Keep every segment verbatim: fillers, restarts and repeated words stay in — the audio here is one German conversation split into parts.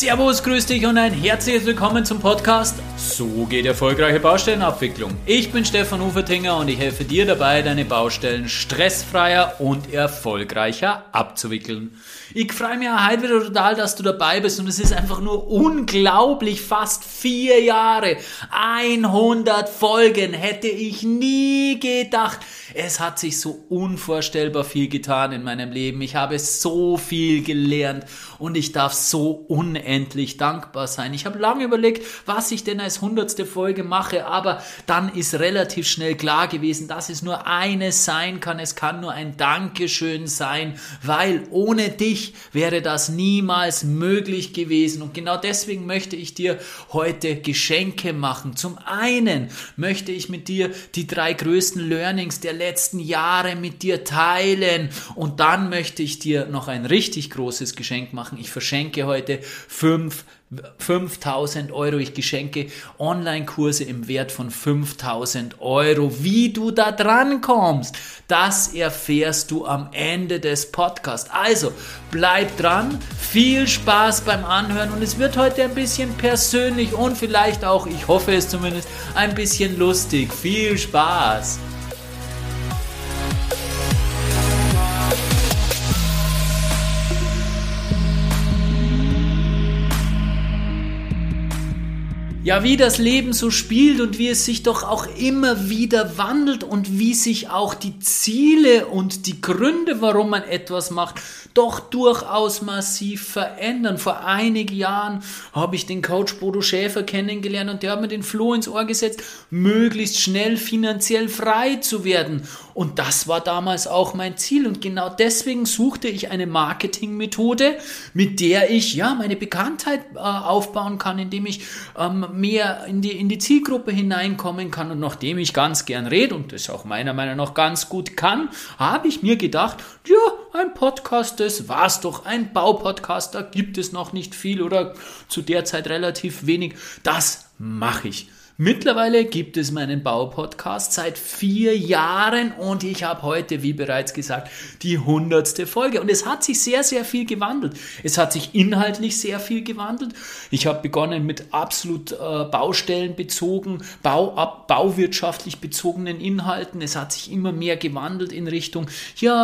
Servus, grüß dich und ein herzliches Willkommen zum Podcast So geht erfolgreiche Baustellenabwicklung. Ich bin Stefan Ufertinger und ich helfe dir dabei, deine Baustellen stressfreier und erfolgreicher abzuwickeln. Ich freue mich auch heute wieder total, dass du dabei bist und es ist einfach nur unglaublich, fast vier Jahre, hundert Folgen, hätte ich nie gedacht. Es hat sich so unvorstellbar viel getan in meinem Leben. Ich habe so viel gelernt und ich darf so unendlich dankbar sein. Ich habe lange überlegt, was ich denn als hundertste Folge mache, aber dann ist relativ schnell klar gewesen, dass es nur eines sein kann. Es kann nur ein Dankeschön sein, weil ohne dich wäre das niemals möglich gewesen. Und genau deswegen möchte ich dir heute Geschenke machen. Zum einen möchte ich mit dir die drei größten Learnings der letzten Jahre mit dir teilen. Und dann möchte ich dir noch ein richtig großes Geschenk machen. Ich verschenke heute fünf fünftausend Euro. Ich geschenke Online-Kurse im Wert von fünftausend Euro. Wie du da dran kommst, das erfährst du am Ende des Podcasts. Also bleib dran, viel Spaß beim Anhören und es wird heute ein bisschen persönlich und vielleicht auch, ich hoffe es zumindest, ein bisschen lustig. Viel Spaß! Ja, wie das Leben so spielt und wie es sich doch auch immer wieder wandelt und wie sich auch die Ziele und die Gründe, warum man etwas macht, doch durchaus massiv verändern. Vor einigen Jahren habe ich den Coach Bodo Schäfer kennengelernt und der hat mir den Floh ins Ohr gesetzt, möglichst schnell finanziell frei zu werden. Und das war damals auch mein Ziel und genau deswegen suchte ich eine Marketingmethode, mit der ich ja meine Bekanntheit äh, aufbauen kann, indem ich ähm, mehr in die, in die Zielgruppe hineinkommen kann. Und nachdem ich ganz gern rede und das auch meiner Meinung nach ganz gut kann, habe ich mir gedacht, ja, ein Podcast, das war's doch. Ein Baupodcast, da gibt es noch nicht viel oder zu der Zeit relativ wenig. Das mache ich. Mittlerweile gibt es meinen Baupodcast seit vier Jahren und ich habe heute, wie bereits gesagt, die hundertste Folge. Und es hat sich sehr, sehr viel gewandelt. Es hat sich inhaltlich sehr viel gewandelt. Ich habe begonnen mit absolut äh, baustellenbezogen, Bau, ab, bauwirtschaftlich bezogenen Inhalten. Es hat sich immer mehr gewandelt in Richtung ja,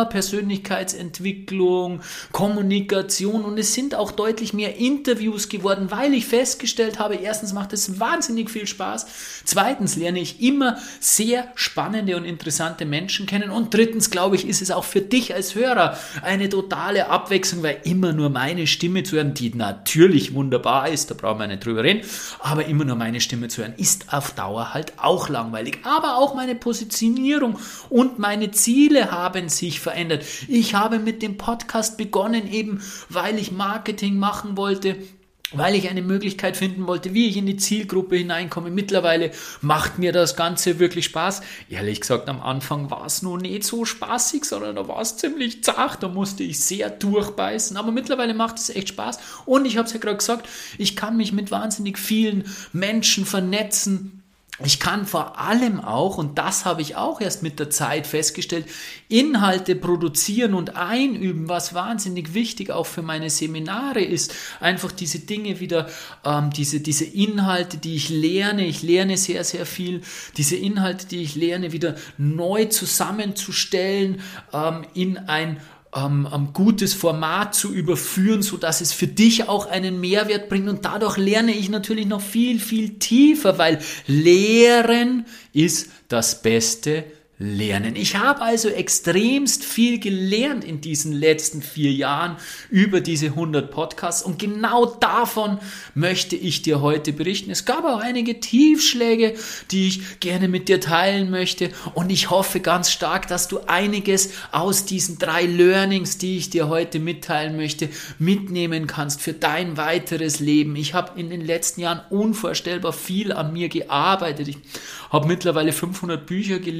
Persönlichkeitsentwicklung, Kommunikation und es sind auch deutlich mehr Interviews geworden, weil ich festgestellt habe, erstens macht es wahnsinnig viel Spaß. Zweitens lerne ich immer sehr spannende und interessante Menschen kennen und drittens, glaube ich, ist es auch für dich als Hörer eine totale Abwechslung, weil immer nur meine Stimme zu hören, die natürlich wunderbar ist, da brauchen wir nicht drüber reden, aber immer nur meine Stimme zu hören, ist auf Dauer halt auch langweilig. Aber auch meine Positionierung und meine Ziele haben sich verändert. Ich habe mit dem Podcast begonnen, eben weil ich Marketing machen wollte, weil ich eine Möglichkeit finden wollte, wie ich in die Zielgruppe hineinkomme. Mittlerweile macht mir das Ganze wirklich Spaß. Ehrlich gesagt, am Anfang war es noch nicht so spaßig, sondern da war es ziemlich zart, da musste ich sehr durchbeißen. Aber mittlerweile macht es echt Spaß und ich habe es ja gerade gesagt, ich kann mich mit wahnsinnig vielen Menschen vernetzen. Ich kann vor allem auch, und das habe ich auch erst mit der Zeit festgestellt, Inhalte produzieren und einüben, was wahnsinnig wichtig auch für meine Seminare ist. Einfach diese Dinge wieder, ähm, diese, diese Inhalte, die ich lerne, ich lerne sehr, sehr viel, diese Inhalte, die ich lerne, wieder neu zusammenzustellen, ähm, in ein Ähm, ein gutes Format zu überführen, so dass es für dich auch einen Mehrwert bringt und dadurch lerne ich natürlich noch viel, viel tiefer, weil Lehren ist das beste Lernen. Ich habe also extremst viel gelernt in diesen letzten vier Jahren über diese hundert Podcasts und genau davon möchte ich dir heute berichten. Es gab auch einige Tiefschläge, die ich gerne mit dir teilen möchte und ich hoffe ganz stark, dass du einiges aus diesen drei Learnings, die ich dir heute mitteilen möchte, mitnehmen kannst für dein weiteres Leben. Ich habe in den letzten Jahren unvorstellbar viel an mir gearbeitet. Ich habe mittlerweile fünfhundert Bücher gelesen,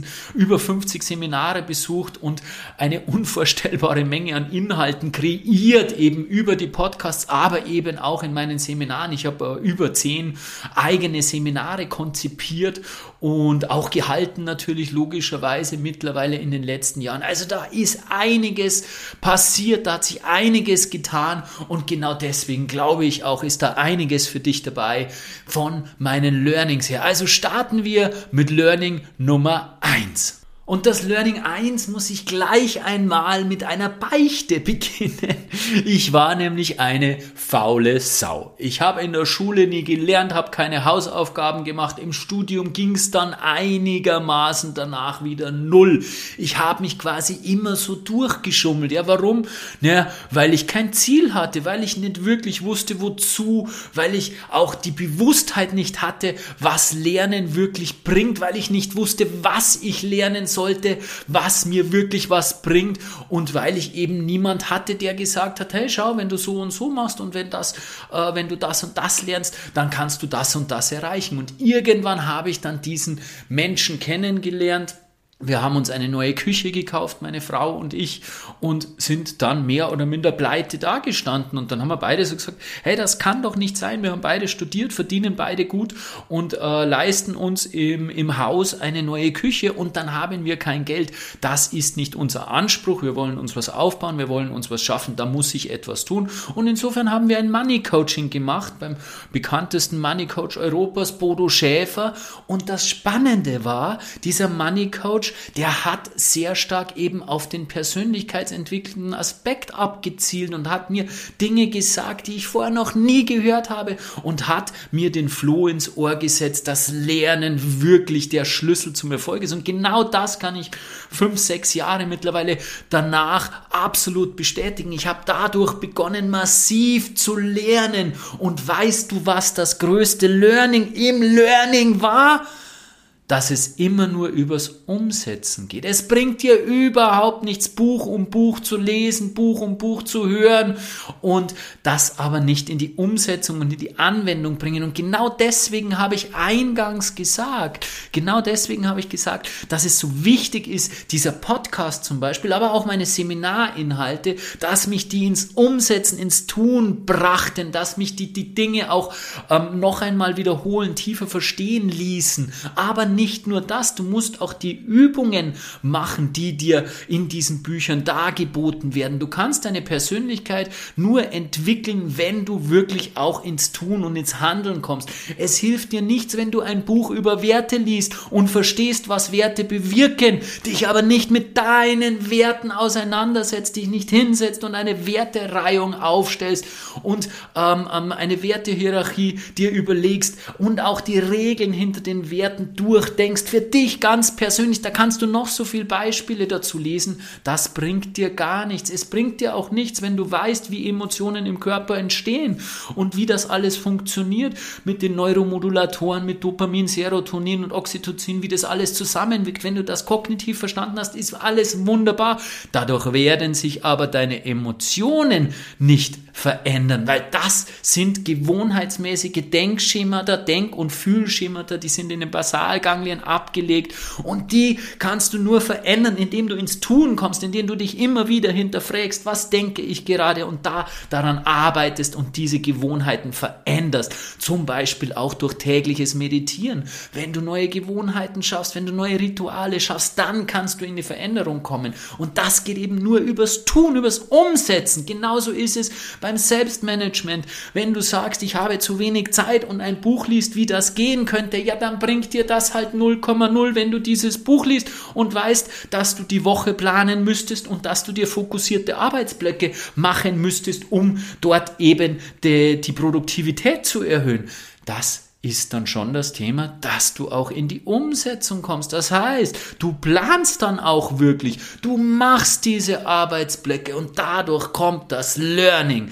über fünfzig Seminare besucht und eine unvorstellbare Menge an Inhalten kreiert, eben über die Podcasts, aber eben auch in meinen Seminaren. Ich habe äh, über zehn eigene Seminare konzipiert und auch gehalten natürlich logischerweise mittlerweile in den letzten Jahren. Also da ist einiges passiert, da hat sich einiges getan und genau deswegen glaube ich auch, ist da einiges für dich dabei von meinen Learnings her. Also starten wir mit Learning Nummer eins. Und das Learning eins muss ich gleich einmal mit einer Beichte beginnen. Ich war nämlich eine faule Sau. Ich habe in der Schule nie gelernt, habe keine Hausaufgaben gemacht. Im Studium ging es dann einigermaßen danach wieder null. Ich habe mich quasi immer so durchgeschummelt. Ja, warum? Ja, weil ich kein Ziel hatte, weil ich nicht wirklich wusste, wozu, weil ich auch die Bewusstheit nicht hatte, was Lernen wirklich bringt, weil ich nicht wusste, was ich lernen soll. sollte, was mir wirklich was bringt und weil ich eben niemand hatte, der gesagt hat, hey, schau, wenn du so und so machst und wenn das, äh, wenn du das und das lernst, dann kannst du das und das erreichen. Und irgendwann habe ich dann diesen Menschen kennengelernt. Wir haben uns eine neue Küche gekauft, meine Frau und ich, und sind dann mehr oder minder pleite dagestanden. Und dann haben wir beide so gesagt, hey, das kann doch nicht sein. Wir haben beide studiert, verdienen beide gut und äh, leisten uns im, im Haus eine neue Küche und dann haben wir kein Geld. Das ist nicht unser Anspruch. Wir wollen uns was aufbauen, wir wollen uns was schaffen, da muss ich etwas tun. Und insofern haben wir ein Money Coaching gemacht beim bekanntesten Money Coach Europas, Bodo Schäfer. Und das Spannende war, dieser Money Coach, der hat sehr stark eben auf den persönlichkeitsentwickelnden Aspekt abgezielt und hat mir Dinge gesagt, die ich vorher noch nie gehört habe und hat mir den Floh ins Ohr gesetzt, dass Lernen wirklich der Schlüssel zum Erfolg ist. Und genau das kann ich fünf, sechs Jahre mittlerweile danach absolut bestätigen. Ich habe dadurch begonnen, massiv zu lernen. Und weißt du, was das größte Learning im Learning war? Dass es immer nur übers Umsetzen geht. Es bringt dir überhaupt nichts, Buch um Buch zu lesen, Buch um Buch zu hören und das aber nicht in die Umsetzung und in die Anwendung bringen. Und genau deswegen habe ich eingangs gesagt, genau deswegen habe ich gesagt, dass es so wichtig ist, dieser Podcast zum Beispiel, aber auch meine Seminarinhalte, dass mich die ins Umsetzen, ins Tun brachten, dass mich die, die Dinge auch ähm, noch einmal wiederholen, tiefer verstehen ließen, aber nicht nur das, du musst auch die Übungen machen, die dir in diesen Büchern dargeboten werden. Du kannst deine Persönlichkeit nur entwickeln, wenn du wirklich auch ins Tun und ins Handeln kommst. Es hilft dir nichts, wenn du ein Buch über Werte liest und verstehst, was Werte bewirken, dich aber nicht mit deinen Werten auseinandersetzt, dich nicht hinsetzt und eine Wertereihung aufstellst und ähm, eine Wertehierarchie dir überlegst und auch die Regeln hinter den Werten durch denkst, für dich ganz persönlich, da kannst du noch so viele Beispiele dazu lesen, das bringt dir gar nichts. Es bringt dir auch nichts, wenn du weißt, wie Emotionen im Körper entstehen und wie das alles funktioniert mit den Neuromodulatoren, mit Dopamin, Serotonin und Oxytocin, wie das alles zusammenwirkt. Wenn du das kognitiv verstanden hast, ist alles wunderbar. Dadurch werden sich aber deine Emotionen nicht verändern, weil das sind gewohnheitsmäßige Denkschemata, Denk- und Fühlschemata, die sind in den Basalganglien abgelegt und die kannst du nur verändern, indem du ins Tun kommst, indem du dich immer wieder hinterfragst, was denke ich gerade und da daran arbeitest und diese Gewohnheiten veränderst, zum Beispiel auch durch tägliches Meditieren. Wenn du neue Gewohnheiten schaffst, wenn du neue Rituale schaffst, dann kannst du in die Veränderung kommen und das geht eben nur übers Tun, übers Umsetzen. Genauso ist es beim Selbstmanagement. Wenn du sagst, ich habe zu wenig Zeit und ein Buch liest, wie das gehen könnte, ja, dann bringt dir das halt null Komma null, wenn du dieses Buch liest und weißt, dass du die Woche planen müsstest und dass du dir fokussierte Arbeitsblöcke machen müsstest, um dort eben die, die Produktivität zu erhöhen. Das ist dann schon das Thema, dass du auch in die Umsetzung kommst. Das heißt, du planst dann auch wirklich, du machst diese Arbeitsblöcke und dadurch kommt das Learning.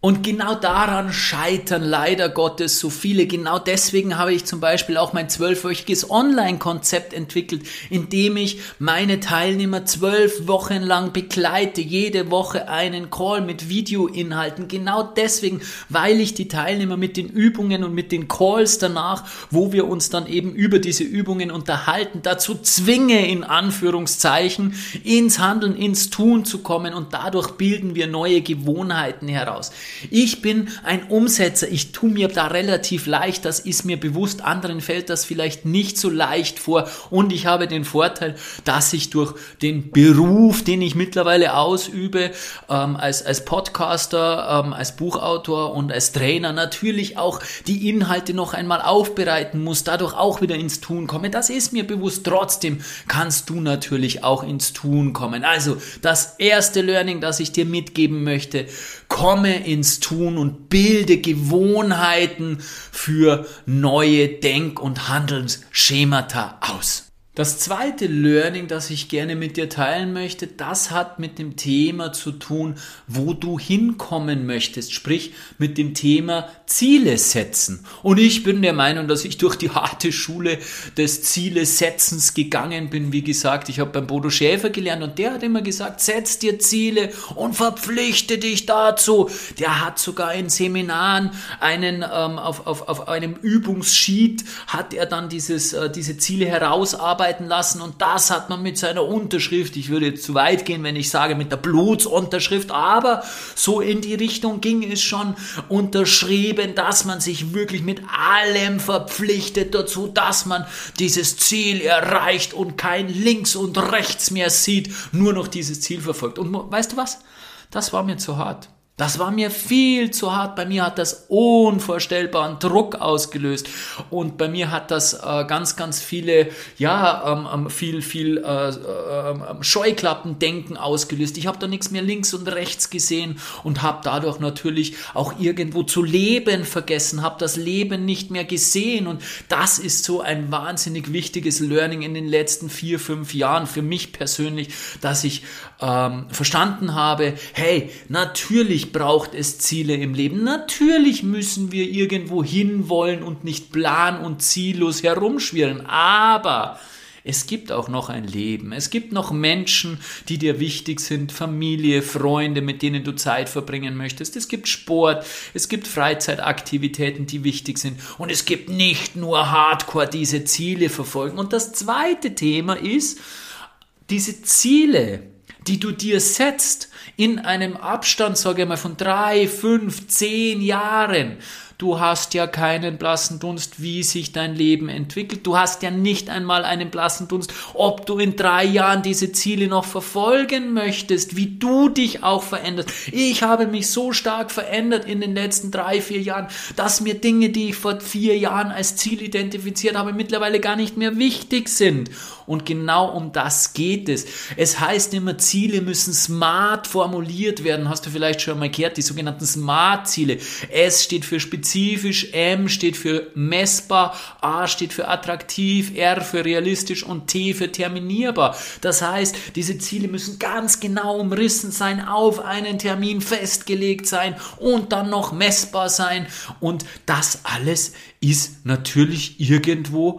Und genau daran scheitern leider Gottes so viele. Genau deswegen habe ich zum Beispiel auch mein zwölfwöchiges Online-Konzept entwickelt, in dem ich meine Teilnehmer zwölf Wochen lang begleite, jede Woche einen Call mit Videoinhalten. Genau deswegen, weil ich die Teilnehmer mit den Übungen und mit den Calls danach, wo wir uns dann eben über diese Übungen unterhalten, dazu zwinge, in Anführungszeichen, ins Handeln, ins Tun zu kommen, und dadurch bilden wir neue Gewohnheiten heraus. Ich bin ein Umsetzer, ich tue mir da relativ leicht, das ist mir bewusst, anderen fällt das vielleicht nicht so leicht vor, und ich habe den Vorteil, dass ich durch den Beruf, den ich mittlerweile ausübe, ähm, als, als Podcaster, ähm, als Buchautor und als Trainer natürlich auch die Inhalte noch einmal aufbereiten muss, dadurch auch wieder ins Tun komme. Das ist mir bewusst. Trotzdem kannst du natürlich auch ins Tun kommen. Also das erste Learning, das ich dir mitgeben möchte: Komme ins Tun und bilde Gewohnheiten für neue Denk- und Handlungsschemata aus. Das zweite Learning, das ich gerne mit dir teilen möchte, das hat mit dem Thema zu tun, wo du hinkommen möchtest, sprich mit dem Thema Ziele setzen. Und ich bin der Meinung, dass ich durch die harte Schule des Ziele-Setzens gegangen bin. Wie gesagt, ich habe beim Bodo Schäfer gelernt, und der hat immer gesagt, setz dir Ziele und verpflichte dich dazu. Der hat sogar in Seminaren einen, ähm, auf, auf, auf einem Übungssheet hat er dann dieses, äh, diese Ziele herausarbeiten lassen, und das hat man mit seiner Unterschrift, ich würde jetzt zu weit gehen, wenn ich sage mit der Blutsunterschrift, aber so in die Richtung ging es schon, unterschrieben, dass man sich wirklich mit allem verpflichtet dazu, dass man dieses Ziel erreicht und kein Links und Rechts mehr sieht, nur noch dieses Ziel verfolgt. Und weißt du was? Das war mir zu hart. Das war mir viel zu hart. Bei mir hat das unvorstellbaren Druck ausgelöst, und bei mir hat das äh, ganz, ganz viele, ja, ähm, viel, viel äh, äh, Scheuklappendenken ausgelöst. Ich habe da nichts mehr links und rechts gesehen und habe dadurch natürlich auch irgendwo zu leben vergessen, habe das Leben nicht mehr gesehen, und das ist so ein wahnsinnig wichtiges Learning in den letzten vier, fünf Jahren für mich persönlich, dass ich ähm, verstanden habe, hey, natürlich braucht es Ziele im Leben. Natürlich müssen wir irgendwo hinwollen und nicht plan- und ziellos herumschwirren. Aber es gibt auch noch ein Leben. Es gibt noch Menschen, die dir wichtig sind. Familie, Freunde, mit denen du Zeit verbringen möchtest. Es gibt Sport. Es gibt Freizeitaktivitäten, die wichtig sind. Und es gibt nicht nur Hardcore diese Ziele verfolgen. Und das zweite Thema ist, diese Ziele, die du dir setzt, in einem Abstand, sage ich mal, von drei, fünf, zehn Jahren. Du hast ja keinen blassen Dunst, wie sich dein Leben entwickelt. Du hast ja nicht einmal einen blassen Dunst, ob du in drei Jahren diese Ziele noch verfolgen möchtest, wie du dich auch veränderst. Ich habe mich so stark verändert in den letzten drei, vier Jahren, dass mir Dinge, die ich vor vier Jahren als Ziel identifiziert habe, mittlerweile gar nicht mehr wichtig sind. Und genau um das geht es. Es heißt immer, Ziele müssen smart formuliert werden. Hast du vielleicht schon mal gehört, die sogenannten Smart-Ziele. S steht für spezifisch, M steht für messbar, A steht für attraktiv, R für realistisch und T für terminierbar. Das heißt, diese Ziele müssen ganz genau umrissen sein, auf einen Termin festgelegt sein und dann noch messbar sein. Und das alles ist natürlich irgendwo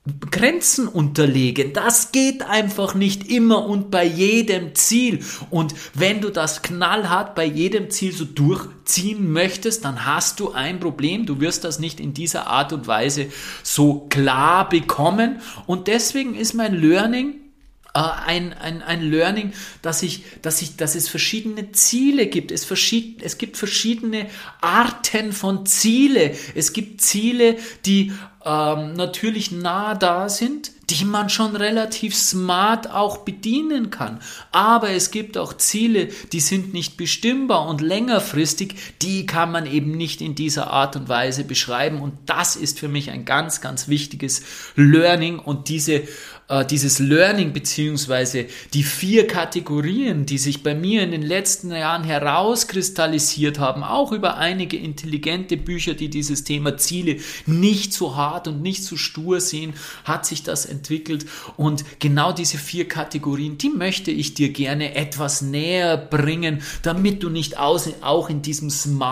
Grenzen unterlegen. Das geht einfach nicht immer und bei jedem Ziel. Und wenn du das knallhart bei jedem Ziel so durchziehen möchtest, dann hast du ein Problem. Du wirst das nicht in dieser Art und Weise so klar bekommen. Und deswegen ist mein Learning Ein, ein, ein Learning, dass ich, dass ich, dass es verschiedene Ziele gibt. Es, verschied, es gibt verschiedene Arten von Ziele. Es gibt Ziele, die ähm, natürlich nah da sind, die man schon relativ smart auch bedienen kann. Aber es gibt auch Ziele, die sind nicht bestimmbar und längerfristig, die kann man eben nicht in dieser Art und Weise beschreiben. Und das ist für mich ein ganz, ganz wichtiges Learning. Und diese Dieses Learning beziehungsweise die vier Kategorien, die sich bei mir in den letzten Jahren herauskristallisiert haben, auch über einige intelligente Bücher, die dieses Thema Ziele nicht so hart hart und nicht zu stur sehen, hat sich das entwickelt. Und genau diese vier Kategorien, die möchte ich dir gerne etwas näher bringen, damit du nicht aus, auch in diesem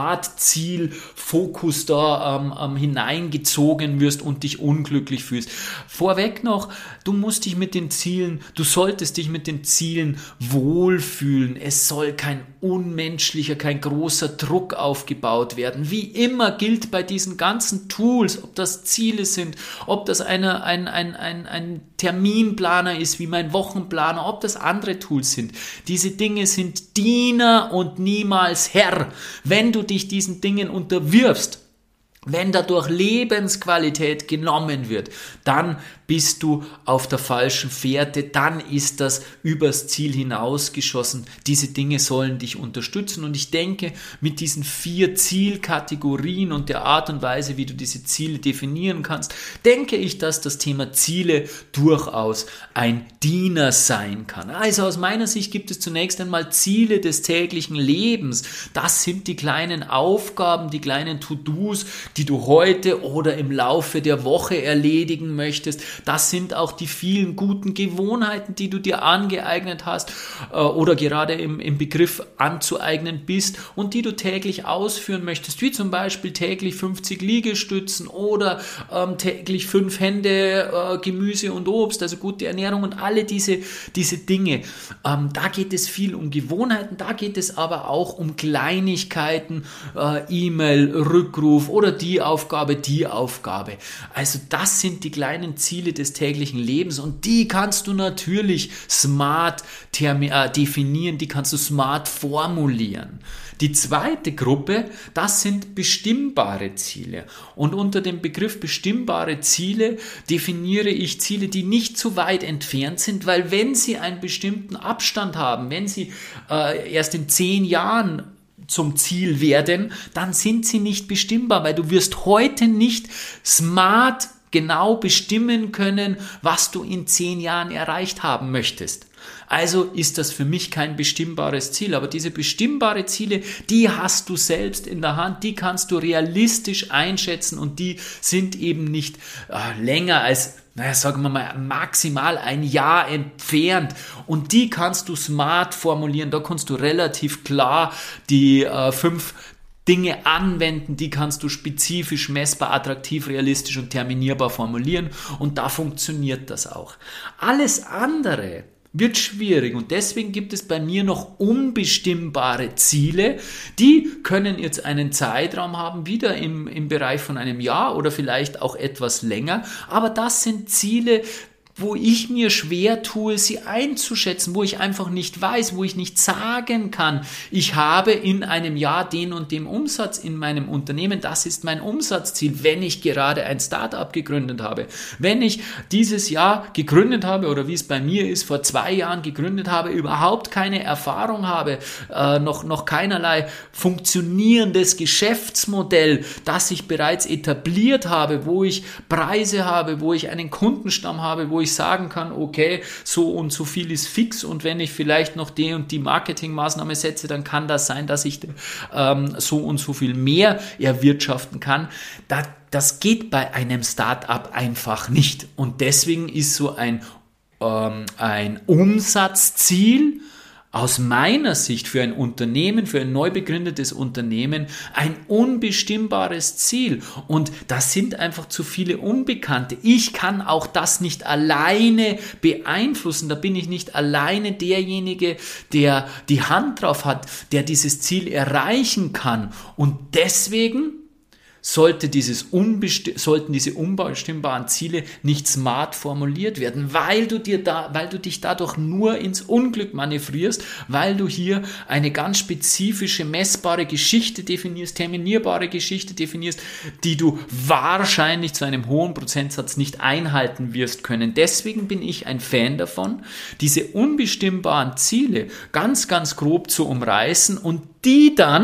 Smart-Ziel-Fokus da ähm, ähm, hineingezogen wirst und dich unglücklich fühlst. Vorweg noch, du musst dich mit den Zielen, du solltest dich mit den Zielen wohlfühlen. Es soll kein unmenschlicher, kein großer Druck aufgebaut werden. Wie immer gilt bei diesen ganzen Tools, ob das Ziele sind, ob das eine, ein, ein, ein, ein Terminplaner ist, wie mein Wochenplaner, ob das andere Tools sind. Diese Dinge sind Diener und niemals Herr. Wenn du dich diesen Dingen unterwirfst, wenn dadurch Lebensqualität genommen wird, dann bist du auf der falschen Fährte, dann ist das übers Ziel hinausgeschossen. Diese Dinge sollen dich unterstützen und ich denke, mit diesen vier Zielkategorien und der Art und Weise, wie du diese Ziele definieren kannst, denke ich, dass das Thema Ziele durchaus ein Diener sein kann. Also aus meiner Sicht gibt es zunächst einmal Ziele des täglichen Lebens. Das sind die kleinen Aufgaben, die kleinen To-Dos, die du heute oder im Laufe der Woche erledigen möchtest. Das sind auch die vielen guten Gewohnheiten, die du dir angeeignet hast äh, oder gerade im, im Begriff anzueignen bist und die du täglich ausführen möchtest, wie zum Beispiel täglich fünfzig Liegestützen oder ähm, täglich fünf Hände äh, Gemüse und Obst, also gute Ernährung und alle diese, diese Dinge. Ähm, da geht es viel um Gewohnheiten, da geht es aber auch um Kleinigkeiten, äh, E-Mail, Rückruf oder die Aufgabe, die Aufgabe. Also das sind die kleinen Ziele des täglichen Lebens und die kannst du natürlich smart termi- äh, definieren, die kannst du smart formulieren. Die zweite Gruppe, das sind bestimmbare Ziele. Und unter dem Begriff bestimmbare Ziele definiere ich Ziele, die nicht zu weit entfernt sind, weil wenn sie einen bestimmten Abstand haben, wenn sie äh, erst in zehn Jahren zum Ziel werden, dann sind sie nicht bestimmbar, weil du wirst heute nicht smart genau bestimmen können, was du in zehn Jahren erreicht haben möchtest. Also ist das für mich kein bestimmbares Ziel, aber diese bestimmbare Ziele, die hast du selbst in der Hand, die kannst du realistisch einschätzen und die sind eben nicht äh, länger als, naja, sagen wir mal, maximal ein Jahr entfernt und die kannst du smart formulieren, da kannst du relativ klar die äh, fünf Dinge anwenden, die kannst du spezifisch, messbar, attraktiv, realistisch und terminierbar formulieren und da funktioniert das auch. Alles andere wird schwierig und deswegen gibt es bei mir noch unbestimmbare Ziele, die können jetzt einen Zeitraum haben, wieder im, im Bereich von einem Jahr oder vielleicht auch etwas länger, aber das sind Ziele, wo ich mir schwer tue, sie einzuschätzen, wo ich einfach nicht weiß, wo ich nicht sagen kann, ich habe in einem Jahr den und den Umsatz in meinem Unternehmen, das ist mein Umsatzziel, wenn ich gerade ein Startup gegründet habe. Wenn ich dieses Jahr gegründet habe oder wie es bei mir ist, vor zwei Jahren gegründet habe, überhaupt keine Erfahrung habe, äh, noch, noch keinerlei funktionierendes Geschäftsmodell, das ich bereits etabliert habe, wo ich Preise habe, wo ich einen Kundenstamm habe, wo ich sagen kann, okay, so und so viel ist fix und wenn ich vielleicht noch die und die Marketingmaßnahme setze, dann kann das sein, dass ich ähm, so und so viel mehr erwirtschaften kann. Da, das geht bei einem Start-up einfach nicht und deswegen ist so ein, ähm, ein Umsatzziel aus meiner Sicht für ein Unternehmen, für ein neu begründetes Unternehmen ein unbestimmbares Ziel und das sind einfach zu viele Unbekannte. Ich kann auch das nicht alleine beeinflussen, da bin ich nicht alleine derjenige, der die Hand drauf hat, der dieses Ziel erreichen kann und deswegen sollte dieses unbesti- sollten diese unbestimmbaren Ziele nicht smart formuliert werden, weil du dir da, weil du dich dadurch nur ins Unglück manövrierst, weil du hier eine ganz spezifische, messbare Geschichte definierst, terminierbare Geschichte definierst, die du wahrscheinlich zu einem hohen Prozentsatz nicht einhalten wirst können. Deswegen bin ich ein Fan davon, diese unbestimmbaren Ziele ganz, ganz grob zu umreißen und die dann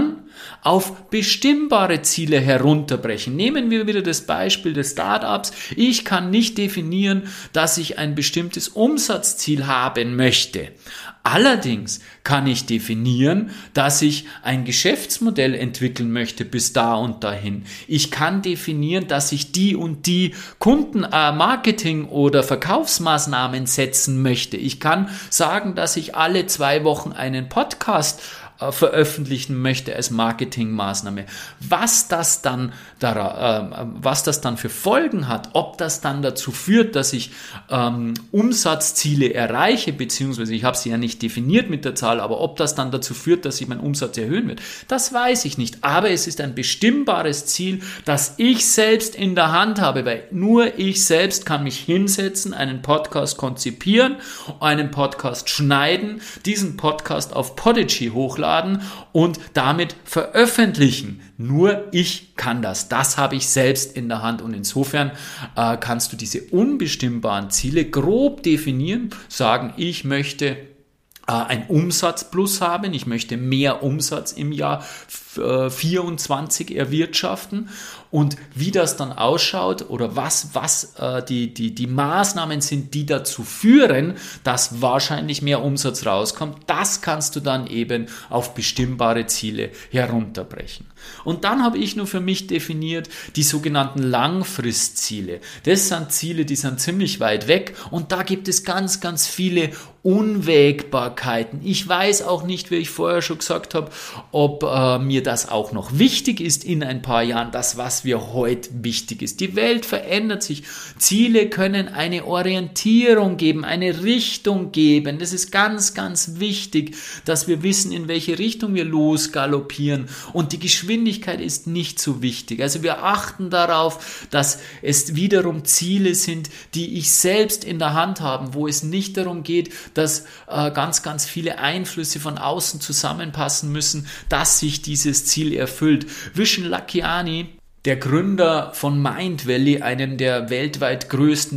auf bestimmbare Ziele herunterbrechen. Nehmen wir wieder das Beispiel des Startups. Ich kann nicht definieren, dass ich ein bestimmtes Umsatzziel haben möchte. Allerdings kann ich definieren, dass ich ein Geschäftsmodell entwickeln möchte bis da und dahin. Ich kann definieren, dass ich die und die Kundenmarketing- oder Verkaufsmaßnahmen setzen möchte. Ich kann sagen, dass ich alle zwei Wochen einen Podcast veröffentlichen möchte als Marketingmaßnahme. Was das dann, da, äh, was das dann für Folgen hat, ob das dann dazu führt, dass ich ähm, Umsatzziele erreiche, beziehungsweise ich habe sie ja nicht definiert mit der Zahl, aber ob das dann dazu führt, dass sich mein Umsatz erhöhen wird, das weiß ich nicht. Aber es ist ein bestimmbares Ziel, das ich selbst in der Hand habe, weil nur ich selbst kann mich hinsetzen, einen Podcast konzipieren, einen Podcast schneiden, diesen Podcast auf Podigy hochladen und damit veröffentlichen. Nur ich kann das. Das habe ich selbst in der Hand und insofern äh, kannst du diese unbestimmbaren Ziele grob definieren, sagen, ich möchte äh, ein Umsatzplus haben, ich möchte mehr Umsatz im Jahr äh, vierundzwanzig erwirtschaften. Und wie das dann ausschaut oder was, was äh, die, die, die Maßnahmen sind, die dazu führen, dass wahrscheinlich mehr Umsatz rauskommt, das kannst du dann eben auf bestimmbare Ziele herunterbrechen. Und dann habe ich nur für mich definiert die sogenannten Langfristziele. Das sind Ziele, die sind ziemlich weit weg und da gibt es ganz, ganz viele Unwägbarkeiten. Ich weiß auch nicht, wie ich vorher schon gesagt habe, ob äh, mir das auch noch wichtig ist in ein paar Jahren, das, was wir heute wichtig ist. Die Welt verändert sich. Ziele können eine Orientierung geben, eine Richtung geben. Das ist ganz, ganz wichtig, dass wir wissen, in welche Richtung wir losgaloppieren. Und die Geschwindigkeit ist nicht so wichtig. Also wir achten darauf, dass es wiederum Ziele sind, die ich selbst in der Hand habe, wo es nicht darum geht, dass äh, ganz, ganz viele Einflüsse von außen zusammenpassen müssen, dass sich dieses Ziel erfüllt. Vishen Lakhiani, der Gründer von Mindvalley, einem der weltweit größten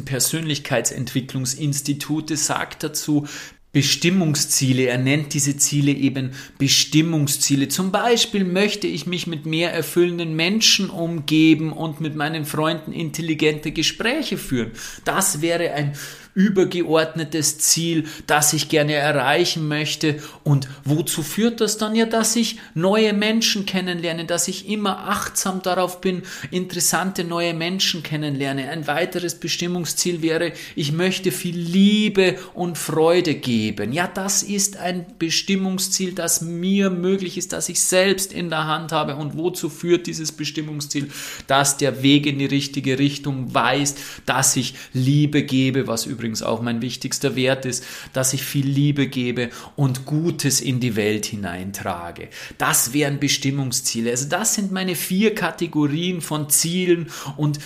Persönlichkeitsentwicklungsinstitute, sagt dazu, Bestimmungsziele. Er nennt diese Ziele eben Bestimmungsziele. Zum Beispiel möchte ich mich mit mehr erfüllenden Menschen umgeben und mit meinen Freunden intelligente Gespräche führen. Das wäre ein übergeordnetes Ziel, das ich gerne erreichen möchte. Und wozu führt das dann? Ja, dass ich neue Menschen kennenlerne, dass ich immer achtsam darauf bin, interessante neue Menschen kennenlerne. Ein weiteres Bestimmungsziel wäre, ich möchte viel Liebe und Freude geben. Ja, das ist ein Bestimmungsziel, das mir möglich ist, das ich selbst in der Hand habe. Und wozu führt dieses Bestimmungsziel? Dass der Weg in die richtige Richtung weist, dass ich Liebe gebe, was übrigens auch mein wichtigster Wert ist, dass ich viel Liebe gebe und Gutes in die Welt hineintrage. Das wären Bestimmungsziele. Also das sind meine vier Kategorien von Zielen und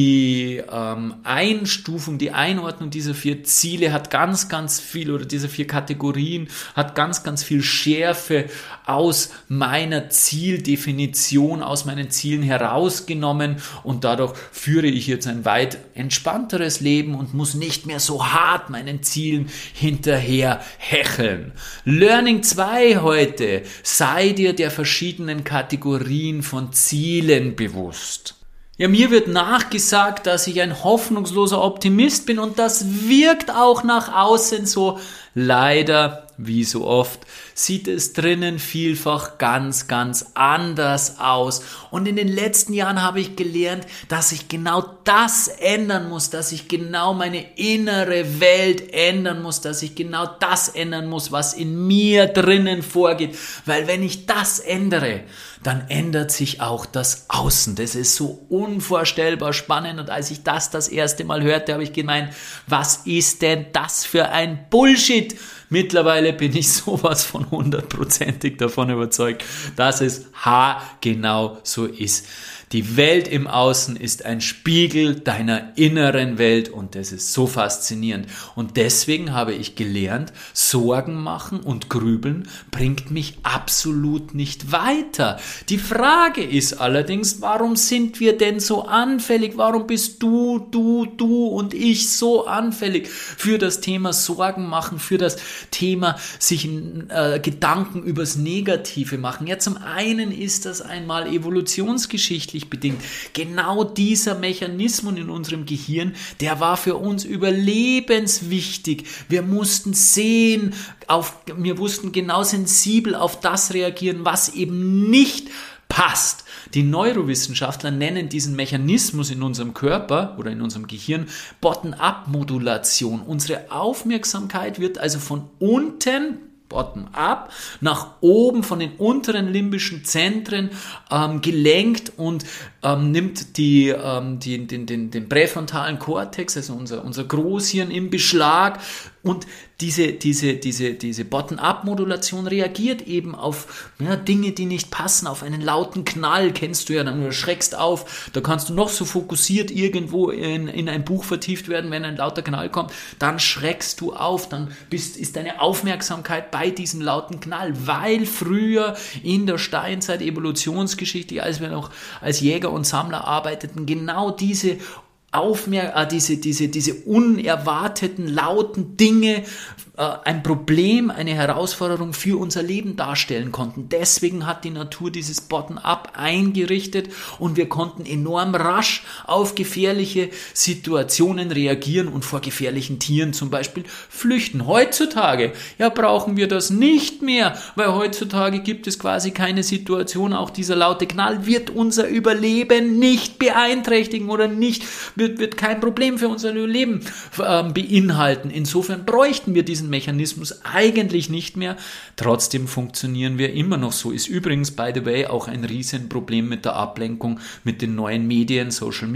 die ähm, Einstufung, die Einordnung dieser vier Ziele hat ganz, ganz viel oder diese vier Kategorien hat ganz, ganz viel Schärfe aus meiner Zieldefinition, aus meinen Zielen herausgenommen und dadurch führe ich jetzt ein weit entspannteres Leben und muss nicht mehr so hart meinen Zielen hinterher hecheln. Learning zwei heute. Sei dir der verschiedenen Kategorien von Zielen bewusst. Ja, mir wird nachgesagt, dass ich ein hoffnungsloser Optimist bin und das wirkt auch nach außen so. Leider, wie so oft, sieht es drinnen vielfach ganz, ganz anders aus. Und in den letzten Jahren habe ich gelernt, dass ich genau das ändern muss, dass ich genau meine innere Welt ändern muss, dass ich genau das ändern muss, was in mir drinnen vorgeht. Weil wenn ich das ändere, dann ändert sich auch das Außen. Das ist so unvorstellbar spannend. Und als ich das das erste Mal hörte, habe ich gemeint, was ist denn das für ein Bullshit? Mittlerweile bin ich sowas von hundertprozentig davon überzeugt, dass es haargenau so ist. Die Welt im Außen ist ein Spiegel deiner inneren Welt und das ist so faszinierend. Und deswegen habe ich gelernt, Sorgen machen und grübeln bringt mich absolut nicht weiter. Die Frage ist allerdings, warum sind wir denn so anfällig? Warum bist du, du, du und ich so anfällig für das Thema Sorgen machen, für das Thema sich äh, Gedanken übers Negative machen? Ja, zum einen ist das einmal evolutionsgeschichtlich bedingt. Genau dieser Mechanismus in unserem Gehirn, der war für uns überlebenswichtig. Wir mussten sehen, auf, wir mussten genau sensibel auf das reagieren, was eben nicht passt. Die Neurowissenschaftler nennen diesen Mechanismus in unserem Körper oder in unserem Gehirn Bottom-up-Modulation. Unsere Aufmerksamkeit wird also von unten bottom-up, nach oben von den unteren limbischen Zentren ähm, gelenkt und ähm, nimmt die, ähm, die, den, den, den präfrontalen Kortex, also unser, unser Großhirn, in Beschlag. Und diese, diese, diese, diese Bottom-up-Modulation reagiert eben auf ja, Dinge, die nicht passen, auf einen lauten Knall, kennst du ja, dann du schreckst auf, da kannst du noch so fokussiert irgendwo in, in ein Buch vertieft werden, wenn ein lauter Knall kommt, dann schreckst du auf, dann bist, ist deine Aufmerksamkeit bei diesem lauten Knall, weil früher in der Steinzeit evolutionsgeschichtlich, als wir noch als Jäger und Sammler arbeiteten, genau diese Aufmerk- äh, diese, diese, diese unerwarteten, lauten Dinge äh, ein Problem, eine Herausforderung für unser Leben darstellen konnten. Deswegen hat die Natur dieses Bottom-up eingerichtet und wir konnten enorm rasch auf gefährliche Situationen reagieren und vor gefährlichen Tieren zum Beispiel flüchten. Heutzutage, ja, brauchen wir das nicht mehr, weil heutzutage gibt es quasi keine Situation, auch dieser laute Knall wird unser Überleben nicht beeinträchtigen oder nicht Wird, wird kein Problem für unser Leben äh, beinhalten. Insofern bräuchten wir diesen Mechanismus eigentlich nicht mehr. Trotzdem funktionieren wir immer noch so. Ist übrigens, by the way, auch ein Riesenproblem mit der Ablenkung, mit den neuen Medien, Social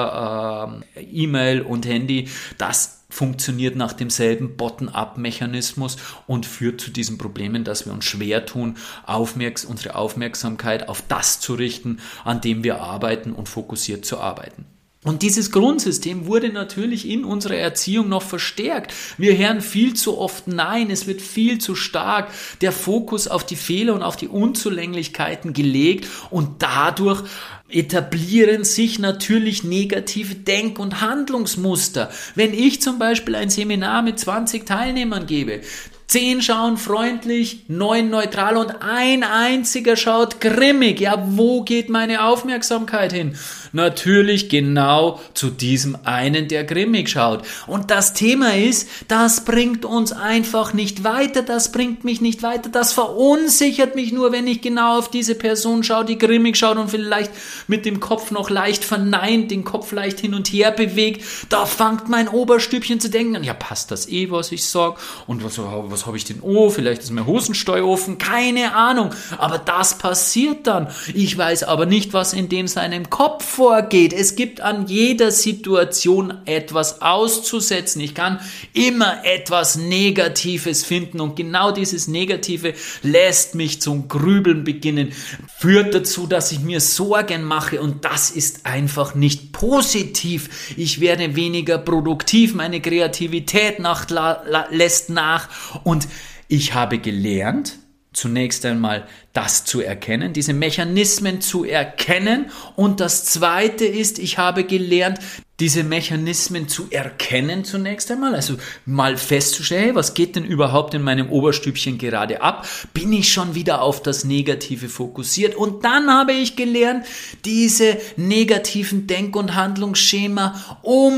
Media, äh, E-Mail und Handy. Das funktioniert nach demselben Bottom-up-Mechanismus und führt zu diesen Problemen, dass wir uns schwer tun, Aufmerks- unsere Aufmerksamkeit auf das zu richten, an dem wir arbeiten und fokussiert zu arbeiten. Und dieses Grundsystem wurde natürlich in unserer Erziehung noch verstärkt. Wir hören viel zu oft Nein, es wird viel zu stark der Fokus auf die Fehler und auf die Unzulänglichkeiten gelegt und dadurch etablieren sich natürlich negative Denk- und Handlungsmuster. Wenn ich zum Beispiel ein Seminar mit zwanzig Teilnehmern gebe, Zehn schauen freundlich, neun neutral und ein einziger schaut grimmig. Ja, wo geht meine Aufmerksamkeit hin? Natürlich genau zu diesem einen, der grimmig schaut. Und das Thema ist, das bringt uns einfach nicht weiter, das bringt mich nicht weiter, das verunsichert mich nur, wenn ich genau auf diese Person schaue, die grimmig schaut und vielleicht mit dem Kopf noch leicht verneint, den Kopf leicht hin und her bewegt. Da fängt mein Oberstübchen zu denken an, ja, passt das eh, was ich sag? Und was, was habe ich denn? Oh, vielleicht ist mein Hosenstall offen, keine Ahnung. Aber das passiert dann. Ich weiß aber nicht, was in dem seinem Kopf vorgeht. Es gibt an jeder Situation etwas auszusetzen. Ich kann immer etwas Negatives finden und genau dieses Negative lässt mich zum Grübeln beginnen, führt dazu, dass ich mir Sorgen mache und das ist einfach nicht positiv. Ich werde weniger produktiv, meine Kreativität nach, la, la, lässt nach und ich habe gelernt, zunächst einmal das zu erkennen, diese Mechanismen zu erkennen und das Zweite ist, ich habe gelernt, diese Mechanismen zu erkennen zunächst einmal, also mal festzustellen, hey, was geht denn überhaupt in meinem Oberstübchen gerade ab? Bin ich schon wieder auf das Negative fokussiert? Und dann habe ich gelernt, diese negativen Denk- und Handlungsschema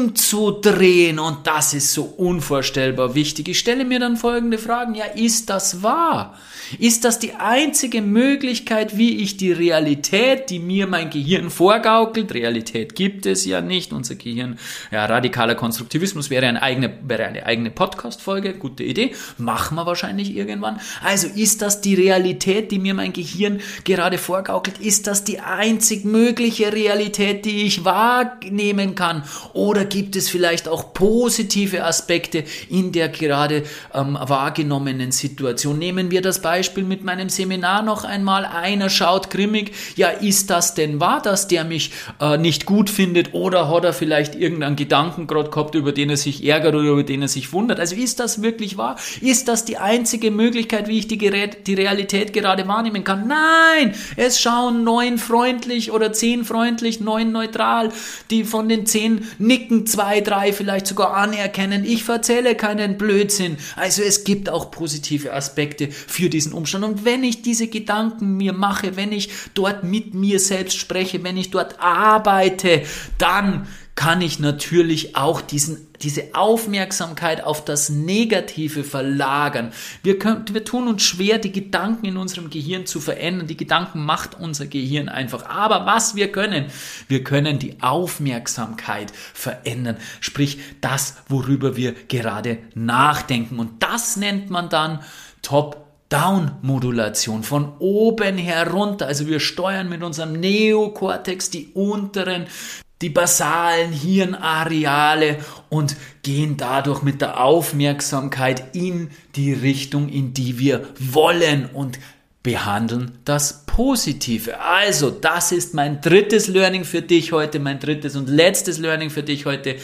umzudrehen und das ist so unvorstellbar wichtig. Ich stelle mir dann folgende Fragen, ja, ist das wahr? Ist das die einzige Möglichkeit, wie ich die Realität, die mir mein Gehirn vorgaukelt, Realität gibt es ja nicht, unser Gehirn Gehirn. Ja, radikaler Konstruktivismus wäre eine eigene, wäre eine eigene Podcast-Folge, gute Idee, machen wir wahrscheinlich irgendwann. Also ist das die Realität, die mir mein Gehirn gerade vorgaukelt? Ist das die einzig mögliche Realität, die ich wahrnehmen kann? Oder gibt es vielleicht auch positive Aspekte in der gerade ähm, wahrgenommenen Situation? Nehmen wir das Beispiel mit meinem Seminar noch einmal. Einer schaut grimmig. Ja, ist das denn wahr, dass der mich äh, nicht gut findet, oder hat er vielleicht irgendeinen Gedanken gerade gehabt, über den er sich ärgert oder über den er sich wundert? Also ist das wirklich wahr? Ist das die einzige Möglichkeit, wie ich die, Gerät, die Realität gerade wahrnehmen kann? Nein! Es schauen neun freundlich oder zehn freundlich, neun neutral. Die von den zehn nicken zwei, drei vielleicht sogar anerkennen. Ich erzähle keinen Blödsinn. Also es gibt auch positive Aspekte für diesen Umstand. Und wenn ich diese Gedanken mir mache, wenn ich dort mit mir selbst spreche, wenn ich dort arbeite, dann kann ich natürlich auch diesen, diese Aufmerksamkeit auf das Negative verlagern. Wir, können, wir tun uns schwer, die Gedanken in unserem Gehirn zu verändern. Die Gedanken macht unser Gehirn einfach. Aber was wir können, wir können die Aufmerksamkeit verändern. Sprich, das, worüber wir gerade nachdenken. Und das nennt man dann Top Down-Modulation, von oben herunter. Also wir steuern mit unserem Neokortex die unteren, die basalen Hirnareale und gehen dadurch mit der Aufmerksamkeit in die Richtung, in die wir wollen, und behandeln das Positive. Also, das ist mein drittes Learning für dich heute, mein drittes und letztes Learning für dich heute.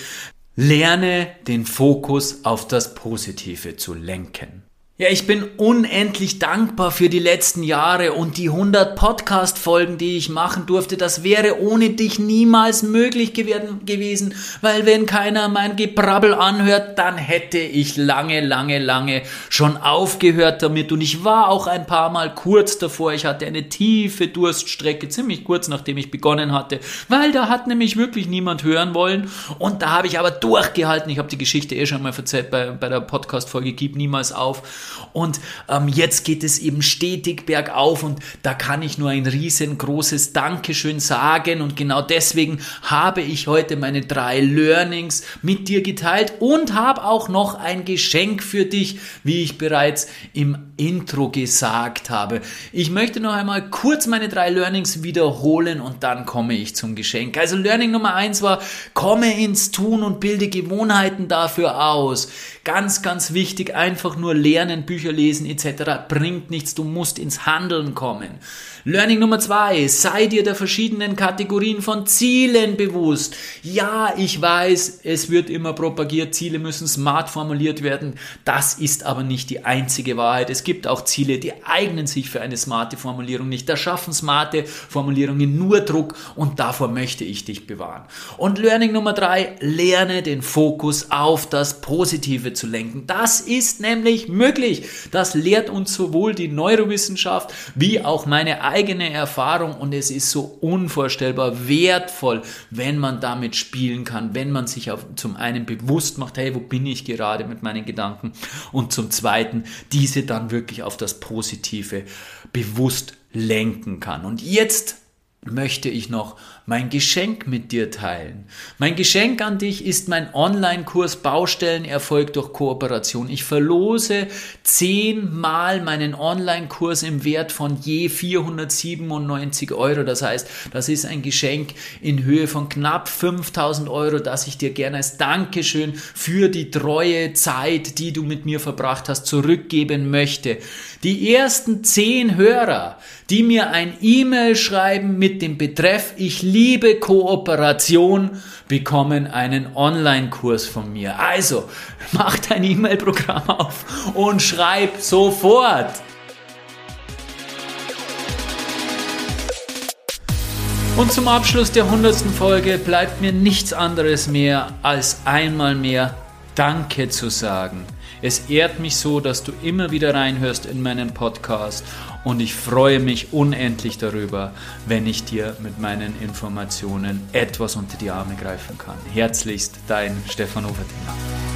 Lerne den Fokus auf das Positive zu lenken. Ja, ich bin unendlich dankbar für die letzten Jahre und die hundert Podcast-Folgen, die ich machen durfte. Das wäre ohne dich niemals möglich gewesen, gewesen, weil wenn keiner mein Gebrabbel anhört, dann hätte ich lange, lange, lange schon aufgehört damit. Und ich war auch ein paar Mal kurz davor. Ich hatte eine tiefe Durststrecke, ziemlich kurz nachdem ich begonnen hatte, weil da hat nämlich wirklich niemand hören wollen. Und da habe ich aber durchgehalten. Ich habe die Geschichte eh schon mal erzählt bei, bei der Podcast-Folge Gib niemals auf. Und ähm, jetzt geht es eben stetig bergauf, und da kann ich nur ein riesengroßes Dankeschön sagen, und genau deswegen habe ich heute meine drei Learnings mit dir geteilt und habe auch noch ein Geschenk für dich, wie ich bereits im Intro gesagt habe. Ich möchte noch einmal kurz meine drei Learnings wiederholen und dann komme ich zum Geschenk. Also Learning Nummer eins war, komme ins Tun und bilde Gewohnheiten dafür aus. Ganz, ganz wichtig, einfach nur lernen, Bücher lesen et cetera bringt nichts, du musst ins Handeln kommen. Learning Nummer zwei, sei dir der verschiedenen Kategorien von Zielen bewusst. Ja, ich weiß, es wird immer propagiert, Ziele müssen smart formuliert werden. Das ist aber nicht die einzige Wahrheit. Es gibt auch Ziele, die eignen sich für eine smarte Formulierung nicht. Da schaffen smarte Formulierungen nur Druck, und davor möchte ich dich bewahren. Und Learning Nummer drei, lerne den Fokus auf das Positive zu lenken. Das ist nämlich möglich. Das lehrt uns sowohl die Neurowissenschaft wie auch meine eigene Erfahrung, und es ist so unvorstellbar wertvoll, wenn man damit spielen kann, wenn man sich auf, zum einen bewusst macht, hey, wo bin ich gerade mit meinen Gedanken, und zum zweiten diese dann wirklich auf das Positive bewusst lenken kann. Und jetzt möchte ich noch mein Geschenk mit dir teilen. Mein Geschenk an dich ist mein Online-Kurs Baustellenerfolg durch Kooperation. Ich verlose zehnmal meinen Online-Kurs im Wert von je vierhundertsiebenundneunzig Euro. Das heißt, das ist ein Geschenk in Höhe von knapp fünftausend Euro, das ich dir gerne als Dankeschön für die treue Zeit, die du mit mir verbracht hast, zurückgeben möchte. Die ersten zehn Hörer, die mir ein E-Mail schreiben mit dem Betreff Ich liebe Kooperation, bekommen einen Online-Kurs von mir. Also, mach dein E-Mail-Programm auf und schreib sofort. Und zum Abschluss der hundertsten Folge bleibt mir nichts anderes mehr, als einmal mehr Danke zu sagen. Es ehrt mich so, dass du immer wieder reinhörst in meinen Podcast, und ich freue mich unendlich darüber, wenn ich dir mit meinen Informationen etwas unter die Arme greifen kann. Herzlichst, dein Stefan Overdinger.